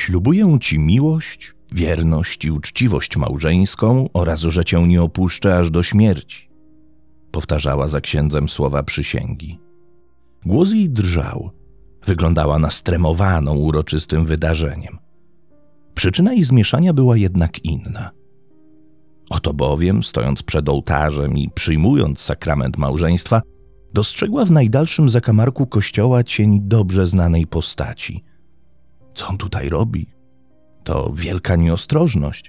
Ślubuję ci miłość, wierność i uczciwość małżeńską oraz, że cię nie opuszczę aż do śmierci. Powtarzała za księdzem słowa przysięgi. Głos jej drżał. Wyglądała na stremowaną uroczystym wydarzeniem. Przyczyna jej zmieszania była jednak inna. Oto bowiem, stojąc przed ołtarzem i przyjmując sakrament małżeństwa, dostrzegła w najdalszym zakamarku kościoła cień dobrze znanej postaci. Co on tutaj robi? To wielka nieostrożność.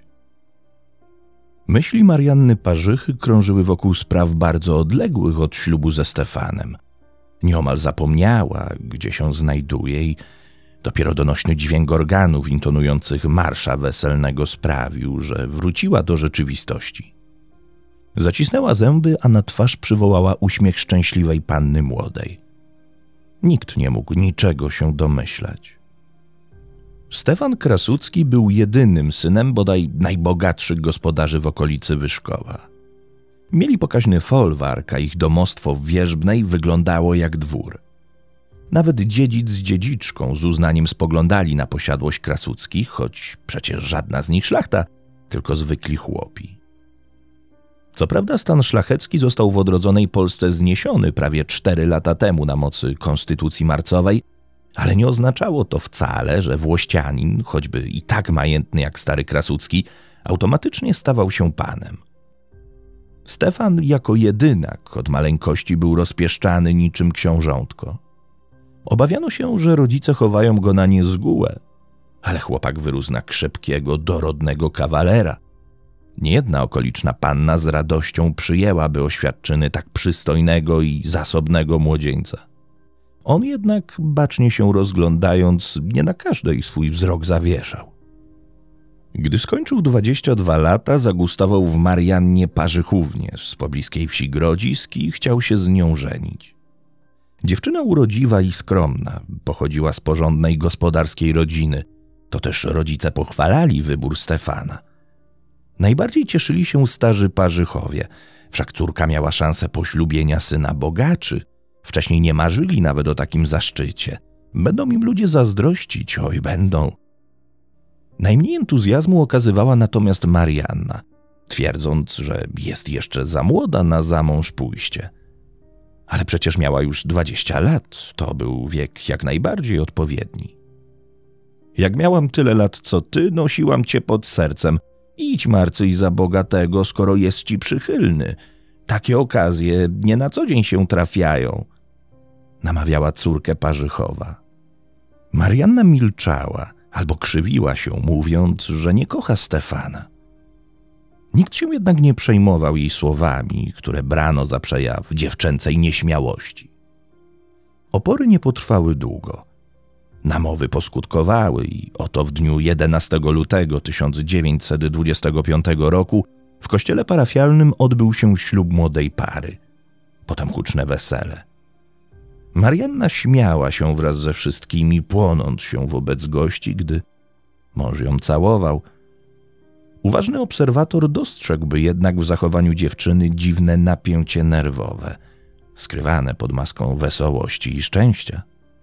Myśli Marianny Parzychy krążyły wokół spraw bardzo odległych od ślubu ze Stefanem. Nieomal zapomniała, gdzie się znajduje i dopiero donośny dźwięk organów intonujących marsza weselnego sprawił, że wróciła do rzeczywistości. Zacisnęła zęby, a na twarz przywołała uśmiech szczęśliwej panny młodej. Nikt nie mógł niczego się domyślać. Stefan Krasucki był jedynym synem bodaj najbogatszych gospodarzy w okolicy Wyszkowa. Mieli pokaźny folwark, a ich domostwo w Wierzbnej wyglądało jak dwór. Nawet dziedzic z dziedziczką z uznaniem spoglądali na posiadłość Krasuckich, choć przecież żadna z nich szlachta, tylko zwykli chłopi. Co prawda stan szlachecki został w odrodzonej Polsce zniesiony prawie 4 lata temu na mocy Konstytucji Marcowej, ale nie oznaczało to wcale, że włościanin, choćby i tak majętny jak stary Krasucki, automatycznie stawał się panem. Stefan jako jedynak od maleńkości był rozpieszczany niczym książątko. Obawiano się, że rodzice chowają go na niezgółę, ale chłopak wyrósł na krzepkiego, dorodnego kawalera. Niejedna okoliczna panna z radością przyjęłaby oświadczyny tak przystojnego i zasobnego młodzieńca. On jednak, bacznie się rozglądając, nie na każdej swój wzrok zawieszał. Gdy skończył 22 lata, zagustował w Mariannie Parzychównie z pobliskiej wsi Grodzisk i chciał się z nią żenić. Dziewczyna urodziwa i skromna, pochodziła z porządnej gospodarskiej rodziny. To też rodzice pochwalali wybór Stefana. Najbardziej cieszyli się starzy Parzychowie, wszak córka miała szansę poślubienia syna bogaczy. Wcześniej nie marzyli nawet o takim zaszczycie. Będą im ludzie zazdrościć, oj będą. Najmniej entuzjazmu okazywała natomiast Marianna, twierdząc, że jest jeszcze za młoda na zamąż pójście. Ale przecież miała już 20 lat, to był wiek jak najbardziej odpowiedni. Jak miałam tyle lat co ty, nosiłam cię pod sercem. Idź, Marcyś, za bogatego, skoro jest ci przychylny. Takie okazje nie na co dzień się trafiają, namawiała córkę Parzychowa. Marianna milczała albo krzywiła się, mówiąc, że nie kocha Stefana. Nikt się jednak nie przejmował jej słowami, które brano za przejaw dziewczęcej nieśmiałości. Opory nie potrwały długo. Namowy poskutkowały i oto w dniu 11 lutego 1925 roku w kościele parafialnym odbył się ślub młodej pary. Potem huczne wesele. Marianna śmiała się wraz ze wszystkimi, płonąc się wobec gości, gdy mąż ją całował. Uważny obserwator dostrzegłby jednak w zachowaniu dziewczyny dziwne napięcie nerwowe, skrywane pod maską wesołości i szczęścia.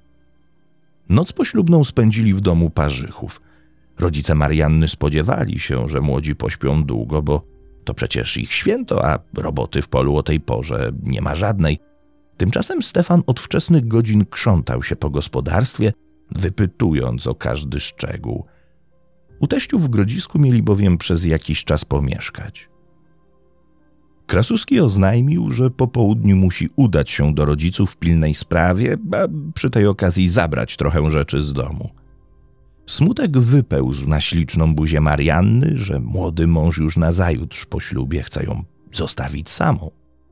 Noc poślubną spędzili w domu Parzychów. Rodzice Marianny spodziewali się, że młodzi pośpią długo, bo to przecież ich święto, a roboty w polu o tej porze nie ma żadnej. Tymczasem Stefan od wczesnych godzin krzątał się po gospodarstwie, wypytując o każdy szczegół. U teściów w Grodzisku mieli bowiem przez jakiś czas pomieszkać. Krasuski oznajmił, że po południu musi udać się do rodziców w pilnej sprawie, a przy tej okazji zabrać trochę rzeczy z domu. Smutek wypełzł na śliczną buzię Marianny, że młody mąż już nazajutrz po ślubie chce ją zostawić samą.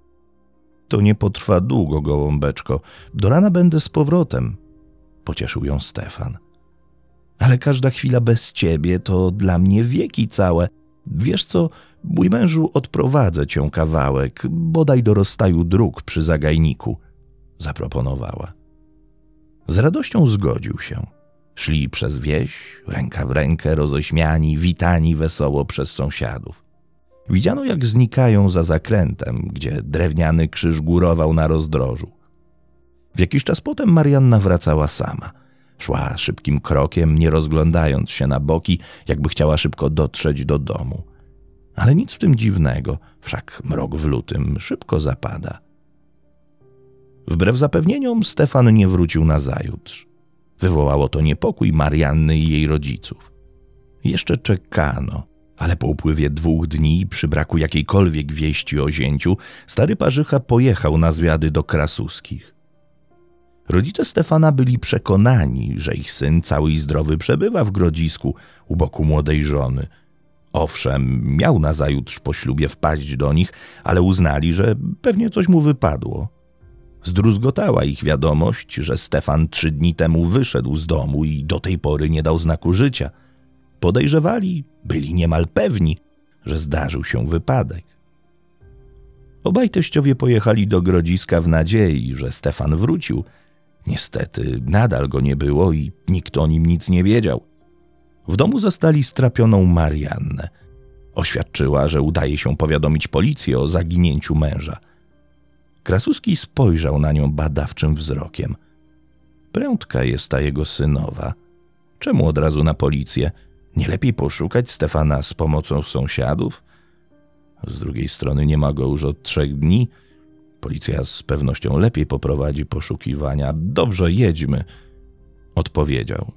To nie potrwa długo, gołąbeczko. Do rana będę z powrotem, pocieszył ją Stefan. Ale każda chwila bez ciebie to dla mnie wieki całe. Wiesz co, mój mężu, odprowadzę cię kawałek, bodaj do rozstaju dróg przy zagajniku, zaproponowała. Z radością zgodził się. Szli przez wieś, ręka w rękę, roześmiani, witani wesoło przez sąsiadów. Widziano, jak znikają za zakrętem, gdzie drewniany krzyż górował na rozdrożu. W jakiś czas potem Marianna wracała sama. Szła szybkim krokiem, nie rozglądając się na boki, jakby chciała szybko dotrzeć do domu. Ale nic w tym dziwnego, wszak mrok w lutym szybko zapada. Wbrew zapewnieniom Stefan nie wrócił nazajutrz. Wywołało to niepokój Marianny i jej rodziców. Jeszcze czekano, ale po upływie 2 dni, przy braku jakiejkolwiek wieści o zięciu, stary parzycha pojechał na zwiady do Krasuskich. Rodzice Stefana byli przekonani, że ich syn cały i zdrowy przebywa w Grodzisku u boku młodej żony. Owszem, miał nazajutrz po ślubie wpaść do nich, ale uznali, że pewnie coś mu wypadło. Zdruzgotała ich wiadomość, że Stefan 3 dni temu wyszedł z domu i do tej pory nie dał znaku życia. Podejrzewali, byli niemal pewni, że zdarzył się wypadek. Obaj teściowie pojechali do Grodziska w nadziei, że Stefan wrócił. Niestety nadal go nie było i nikt o nim nic nie wiedział. W domu zastali strapioną Mariannę. Oświadczyła, że udaje się powiadomić policję o zaginięciu męża. Krasuski spojrzał na nią badawczym wzrokiem. Prędka jest ta jego synowa. Czemu od razu na policję? Nie lepiej poszukać Stefana z pomocą sąsiadów? Z drugiej strony nie ma go już od 3 dni. Policja z pewnością lepiej poprowadzi poszukiwania. Dobrze, jedźmy, odpowiedział.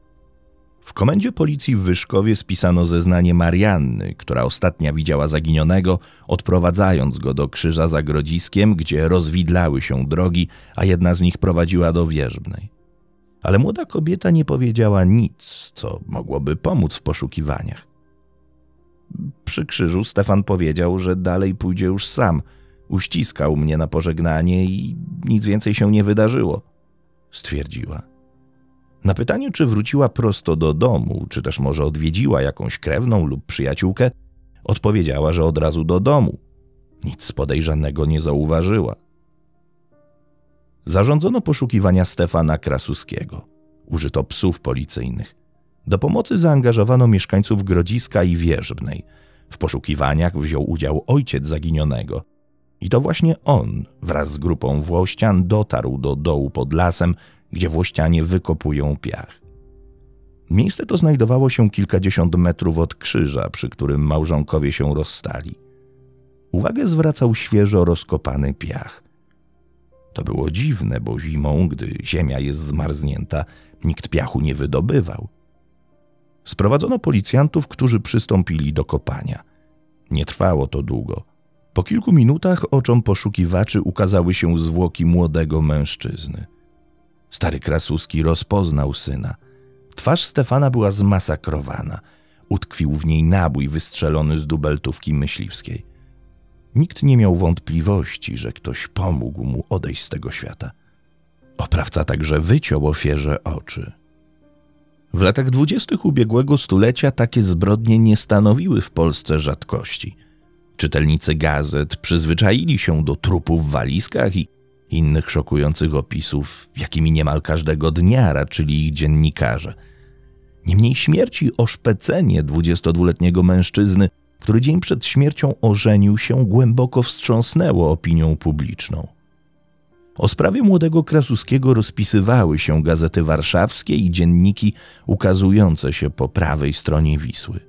W komendzie policji w Wyszkowie spisano zeznanie Marianny, która ostatnia widziała zaginionego, odprowadzając go do krzyża za Grodziskiem, gdzie rozwidlały się drogi, a jedna z nich prowadziła do Wierzbnej. Ale młoda kobieta nie powiedziała nic, co mogłoby pomóc w poszukiwaniach. Przy krzyżu Stefan powiedział, że dalej pójdzie już sam. Uściskał mnie na pożegnanie i nic więcej się nie wydarzyło, stwierdziła. Na pytanie, czy wróciła prosto do domu, czy też może odwiedziła jakąś krewną lub przyjaciółkę, odpowiedziała, że od razu do domu. Nic podejrzanego nie zauważyła. Zarządzono poszukiwania Stefana Krasuskiego. Użyto psów policyjnych. Do pomocy zaangażowano mieszkańców Grodziska i Wierzbnej. W poszukiwaniach wziął udział ojciec zaginionego. I to właśnie on wraz z grupą Włościan dotarł do dołu pod lasem, gdzie Włościanie wykopują piach. Miejsce to znajdowało się kilkadziesiąt metrów od krzyża, przy którym małżonkowie się rozstali. Uwagę zwracał świeżo rozkopany piach. To było dziwne, bo zimą, gdy ziemia jest zmarznięta, nikt piachu nie wydobywał. Sprowadzono policjantów, którzy przystąpili do kopania. Nie trwało to długo. Po kilku minutach oczom poszukiwaczy ukazały się zwłoki młodego mężczyzny. Stary Krasuski rozpoznał syna. Twarz Stefana była zmasakrowana. Utkwił w niej nabój wystrzelony z dubeltówki myśliwskiej. Nikt nie miał wątpliwości, że ktoś pomógł mu odejść z tego świata. Oprawca także wyciął ofierze oczy. W latach 20. ubiegłego stulecia takie zbrodnie nie stanowiły w Polsce rzadkości. Czytelnicy gazet przyzwyczaili się do trupów w walizkach i innych szokujących opisów, jakimi niemal każdego dnia raczyli ich dziennikarze. Niemniej śmierci oszpecenie 22-letniego mężczyzny, który dzień przed śmiercią ożenił się, głęboko wstrząsnęło opinią publiczną. O sprawie młodego Krasuskiego rozpisywały się gazety warszawskie i dzienniki ukazujące się po prawej stronie Wisły.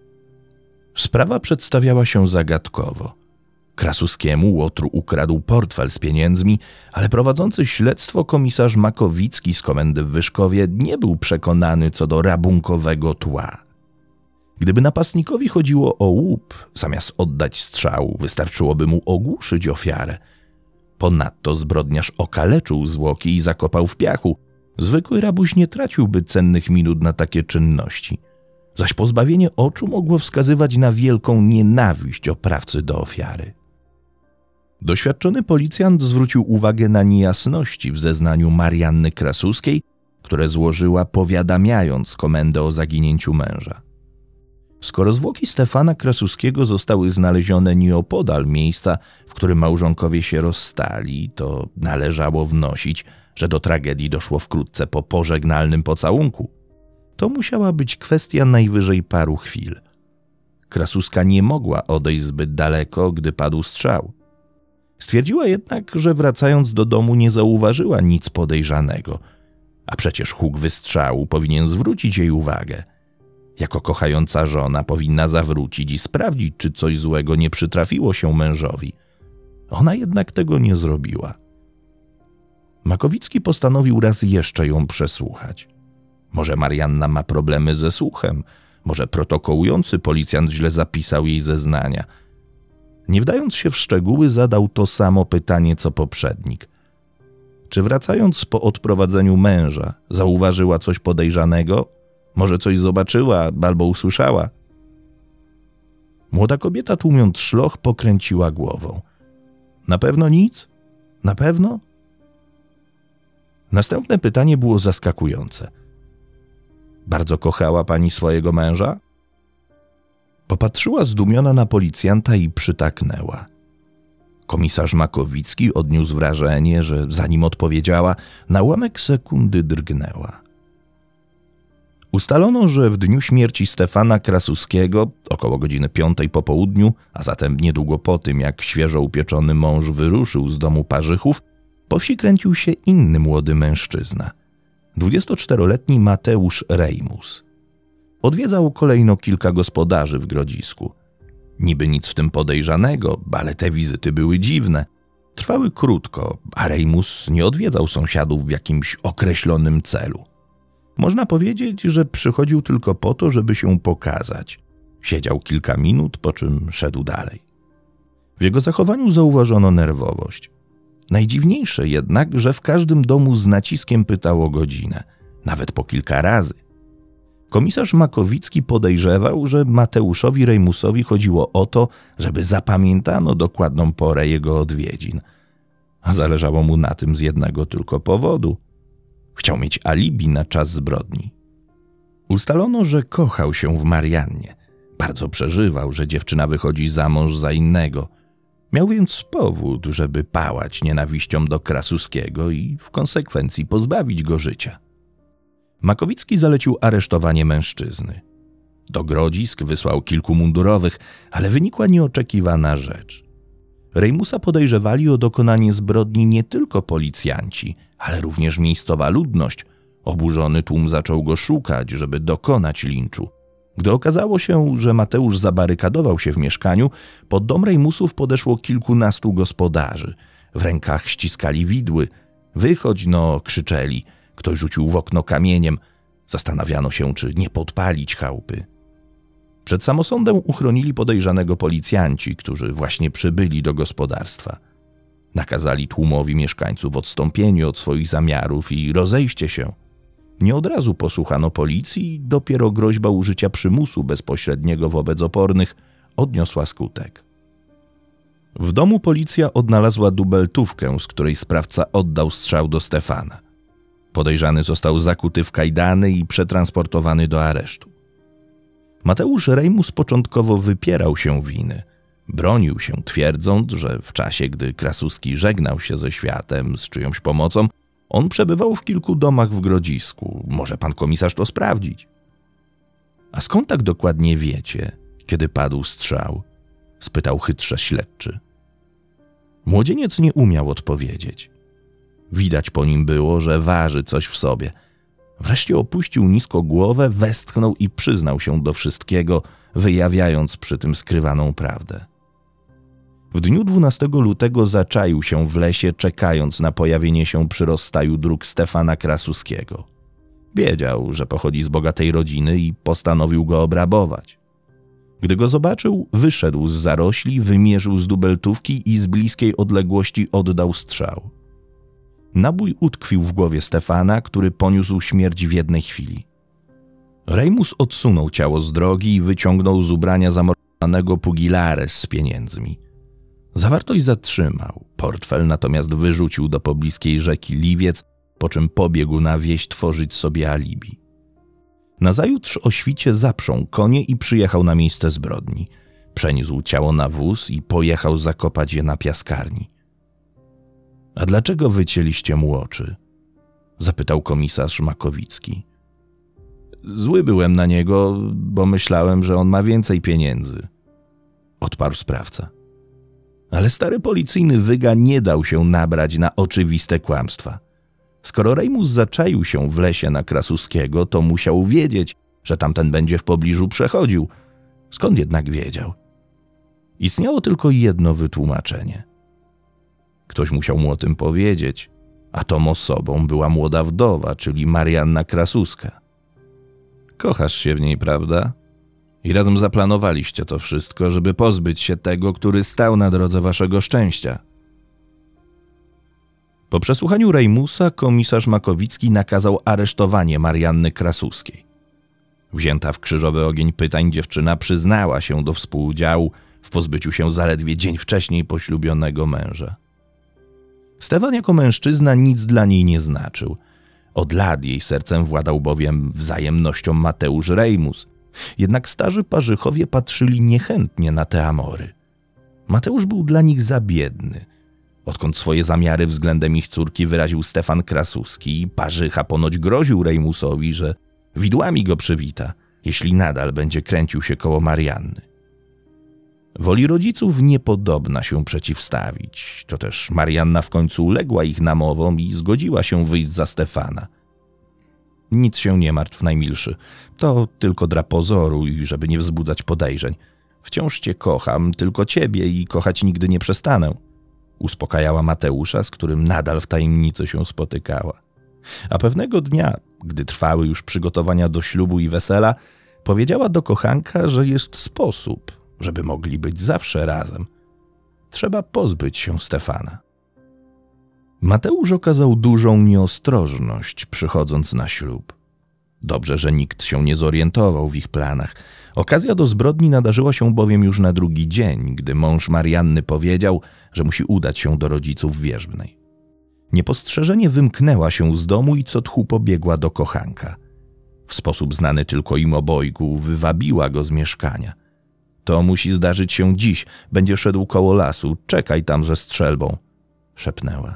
Sprawa przedstawiała się zagadkowo. Krasuskiemu łotr ukradł portfel z pieniędzmi, ale prowadzący śledztwo komisarz Makowicki z komendy w Wyszkowie nie był przekonany co do rabunkowego tła. Gdyby napastnikowi chodziło o łup, zamiast oddać strzał, wystarczyłoby mu ogłuszyć ofiarę. Ponadto zbrodniarz okaleczył zwłoki i zakopał w piachu. Zwykły rabuś nie traciłby cennych minut na takie czynności. Zaś pozbawienie oczu mogło wskazywać na wielką nienawiść oprawcy do ofiary. Doświadczony policjant zwrócił uwagę na niejasności w zeznaniu Marianny Krasuskiej, które złożyła, powiadamiając komendę o zaginięciu męża. Skoro zwłoki Stefana Krasuskiego zostały znalezione nieopodal miejsca, w którym małżonkowie się rozstali, to należało wnosić, że do tragedii doszło wkrótce po pożegnalnym pocałunku. To musiała być kwestia najwyżej paru chwil. Krasuska nie mogła odejść zbyt daleko, gdy padł strzał. Stwierdziła jednak, że wracając do domu nie zauważyła nic podejrzanego. A przecież huk wystrzału powinien zwrócić jej uwagę. Jako kochająca żona powinna zawrócić i sprawdzić, czy coś złego nie przytrafiło się mężowi. Ona jednak tego nie zrobiła. Makowicki postanowił raz jeszcze ją przesłuchać. Może Marianna ma problemy ze słuchem, może protokołujący policjant źle zapisał jej zeznania. Nie wdając się w szczegóły, zadał to samo pytanie co poprzednik. Czy wracając po odprowadzeniu męża, zauważyła coś podejrzanego? Może coś zobaczyła albo usłyszała? Młoda kobieta, tłumiąc szloch, pokręciła głową. Na pewno nic? Na pewno? Następne pytanie było zaskakujące. Bardzo kochała pani swojego męża? Popatrzyła zdumiona na policjanta i przytaknęła. Komisarz Makowicki odniósł wrażenie, że zanim odpowiedziała, na ułamek sekundy drgnęła. Ustalono, że w dniu śmierci Stefana Krasuskiego, około godziny 5 po południu, a zatem niedługo po tym, jak świeżo upieczony mąż wyruszył z domu Parzychów, po wsi kręcił się inny młody mężczyzna, 24-letni Mateusz Rejmus. Odwiedzał kolejno kilka gospodarzy w Grodzisku. Niby nic w tym podejrzanego, ale te wizyty były dziwne. Trwały krótko, a Rejmus nie odwiedzał sąsiadów w jakimś określonym celu. Można powiedzieć, że przychodził tylko po to, żeby się pokazać. Siedział kilka minut, po czym szedł dalej. W jego zachowaniu zauważono nerwowość. Najdziwniejsze jednak, że w każdym domu z naciskiem pytał o godzinę, nawet po kilka razy. Komisarz Makowicki podejrzewał, że Mateuszowi Rejmusowi chodziło o to, żeby zapamiętano dokładną porę jego odwiedzin. A zależało mu na tym z jednego tylko powodu. Chciał mieć alibi na czas zbrodni. Ustalono, że kochał się w Mariannie. Bardzo przeżywał, że dziewczyna wychodzi za mąż za innego. Miał więc powód, żeby pałać nienawiścią do Krasuskiego i w konsekwencji pozbawić go życia. Makowicki zalecił aresztowanie mężczyzny. Do Grodzisk wysłał kilku mundurowych, ale wynikła nieoczekiwana rzecz. Rejmusa podejrzewali o dokonanie zbrodni nie tylko policjanci, ale również miejscowa ludność. Oburzony tłum zaczął go szukać, żeby dokonać linczu. Gdy okazało się, że Mateusz zabarykadował się w mieszkaniu, pod dom Rejmusów podeszło kilkunastu gospodarzy. W rękach ściskali widły. Wychodź no, krzyczeli. Ktoś rzucił w okno kamieniem. Zastanawiano się, czy nie podpalić chałupy. Przed samosądem uchronili podejrzanego policjanci, którzy właśnie przybyli do gospodarstwa. Nakazali tłumowi mieszkańców odstąpienie od swoich zamiarów i rozejście się. Nie od razu posłuchano policji, dopiero groźba użycia przymusu bezpośredniego wobec opornych odniosła skutek. W domu policja odnalazła dubeltówkę, z której sprawca oddał strzał do Stefana. Podejrzany został zakuty w kajdany i przetransportowany do aresztu. Mateusz Rejmus początkowo wypierał się winy. Bronił się, twierdząc, że w czasie, gdy Krasuski żegnał się ze światem z czyjąś pomocą, on przebywał w kilku domach w Grodzisku. Może pan komisarz to sprawdzić. A skąd tak dokładnie wiecie, kiedy padł strzał? Spytał chytrze śledczy. Młodzieniec nie umiał odpowiedzieć. Widać po nim było, że waży coś w sobie. Wreszcie opuścił nisko głowę, westchnął i przyznał się do wszystkiego, wyjawiając przy tym skrywaną prawdę. W dniu 12 lutego zaczaił się w lesie, czekając na pojawienie się przy rozstaju dróg Stefana Krasuskiego. Wiedział, że pochodzi z bogatej rodziny i postanowił go obrabować. Gdy go zobaczył, wyszedł z zarośli, wymierzył z dubeltówki i z bliskiej odległości oddał strzał. Nabój utkwił w głowie Stefana, który poniósł śmierć w jednej chwili. Rejmus odsunął ciało z drogi i wyciągnął z ubrania zamordowanego pugilares z pieniędzmi. Zawartość zatrzymał, portfel natomiast wyrzucił do pobliskiej rzeki Liwiec, po czym pobiegł na wieś tworzyć sobie alibi. Nazajutrz o świcie zaprzął konie i przyjechał na miejsce zbrodni. Przeniósł ciało na wóz i pojechał zakopać je na piaskarni. A dlaczego wycięliście mu oczy? Zapytał komisarz Makowicki. Zły byłem na niego, bo myślałem, że on ma więcej pieniędzy. Odparł sprawca. Ale stary policyjny wyga nie dał się nabrać na oczywiste kłamstwa. Skoro Rejmus zaczaił się w lesie na Krasuskiego, to musiał wiedzieć, że tamten będzie w pobliżu przechodził. Skąd jednak wiedział? Istniało tylko jedno wytłumaczenie. Ktoś musiał mu o tym powiedzieć, a tą osobą była młoda wdowa, czyli Marianna Krasuska. Kochasz się w niej, prawda? I razem zaplanowaliście to wszystko, żeby pozbyć się tego, który stał na drodze waszego szczęścia. Po przesłuchaniu Rejmusa komisarz Makowicki nakazał aresztowanie Marianny Krasuskiej. Wzięta w krzyżowy ogień pytań dziewczyna przyznała się do współudziału w pozbyciu się zaledwie dzień wcześniej poślubionego męża. Stefan jako mężczyzna nic dla niej nie znaczył. Od lat jej sercem władał bowiem wzajemnością Mateusz Rejmus. Jednak starzy parzychowie patrzyli niechętnie na te amory. Mateusz był dla nich za biedny. Odkąd swoje zamiary względem ich córki wyraził Stefan Krasuski, parzycha ponoć groził Rejmusowi, że widłami go przywita, jeśli nadal będzie kręcił się koło Marianny. Woli rodziców niepodobna się przeciwstawić. To też Marianna w końcu uległa ich namowom i zgodziła się wyjść za Stefana. Nic się nie martw, najmilszy. To tylko dla pozoru i żeby nie wzbudzać podejrzeń. Wciąż cię kocham, tylko ciebie i kochać nigdy nie przestanę. Uspokajała Mateusza, z którym nadal w tajemnicy się spotykała. A pewnego dnia, gdy trwały już przygotowania do ślubu i wesela, powiedziała do kochanka, że jest sposób, żeby mogli być zawsze razem. Trzeba pozbyć się Stefana. Mateusz okazał dużą nieostrożność, przychodząc na ślub. Dobrze, że nikt się nie zorientował w ich planach. Okazja do zbrodni nadarzyła się bowiem już na drugi dzień, gdy mąż Marianny powiedział, że musi udać się do rodziców Wierzbnej. Niepostrzeżenie wymknęła się z domu i co tchu pobiegła do kochanka. W sposób znany tylko im obojgu wywabiła go z mieszkania. To musi zdarzyć się dziś, będzie szedł koło lasu, czekaj tam ze strzelbą, szepnęła.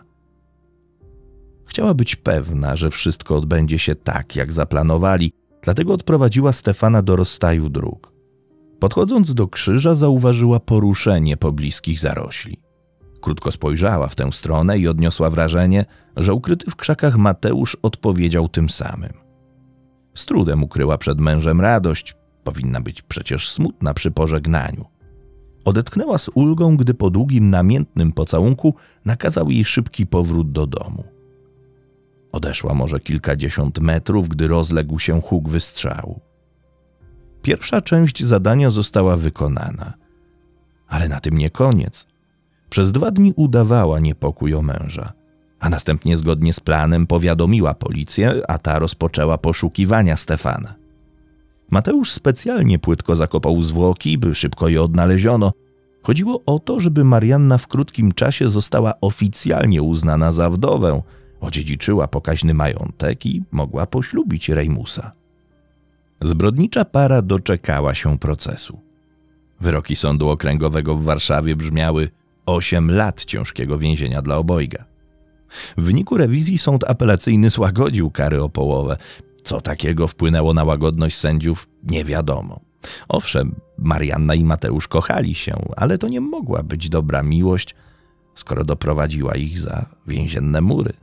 Chciała być pewna, że wszystko odbędzie się tak, jak zaplanowali, dlatego odprowadziła Stefana do rozstaju dróg. Podchodząc do krzyża, zauważyła poruszenie pobliskich zarośli. Krótko spojrzała w tę stronę i odniosła wrażenie, że ukryty w krzakach Mateusz odpowiedział tym samym. Z trudem ukryła przed mężem radość, powinna być przecież smutna przy pożegnaniu. Odetchnęła z ulgą, gdy po długim, namiętnym pocałunku nakazał jej szybki powrót do domu. Odeszła może kilkadziesiąt metrów, gdy rozległ się huk wystrzału. Pierwsza część zadania została wykonana. Ale na tym nie koniec. Przez 2 dni udawała niepokój o męża, a następnie zgodnie z planem powiadomiła policję, a ta rozpoczęła poszukiwania Stefana. Mateusz specjalnie płytko zakopał zwłoki, by szybko je odnaleziono. Chodziło o to, żeby Marianna w krótkim czasie została oficjalnie uznana za wdowę, odziedziczyła pokaźny majątek i mogła poślubić Rejmusa. Zbrodnicza para doczekała się procesu. Wyroki Sądu Okręgowego w Warszawie brzmiały 8 lat ciężkiego więzienia dla obojga. W wyniku rewizji sąd apelacyjny złagodził kary o połowę. Co takiego wpłynęło na łagodność sędziów, nie wiadomo. Owszem, Marianna i Mateusz kochali się, ale to nie mogła być dobra miłość, skoro doprowadziła ich za więzienne mury.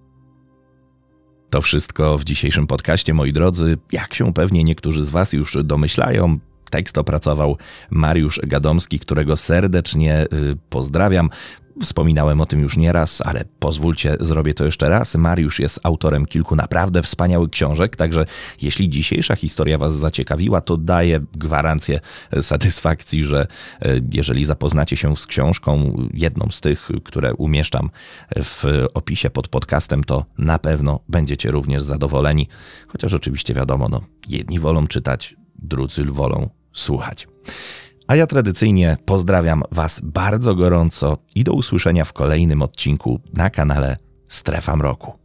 To wszystko w dzisiejszym podcaście, moi drodzy. Jak się pewnie niektórzy z was już domyślają, tekst opracował Mariusz Gadomski, którego serdecznie pozdrawiam. Wspominałem o tym już nieraz, ale pozwólcie, zrobię to jeszcze raz. Mariusz jest autorem kilku naprawdę wspaniałych książek, także jeśli dzisiejsza historia was zaciekawiła, to daję gwarancję satysfakcji, że jeżeli zapoznacie się z książką, jedną z tych, które umieszczam w opisie pod podcastem, to na pewno będziecie również zadowoleni. Chociaż oczywiście wiadomo, jedni wolą czytać, drudzy wolą słuchać. A ja tradycyjnie pozdrawiam was bardzo gorąco i do usłyszenia w kolejnym odcinku na kanale Strefa Mroku.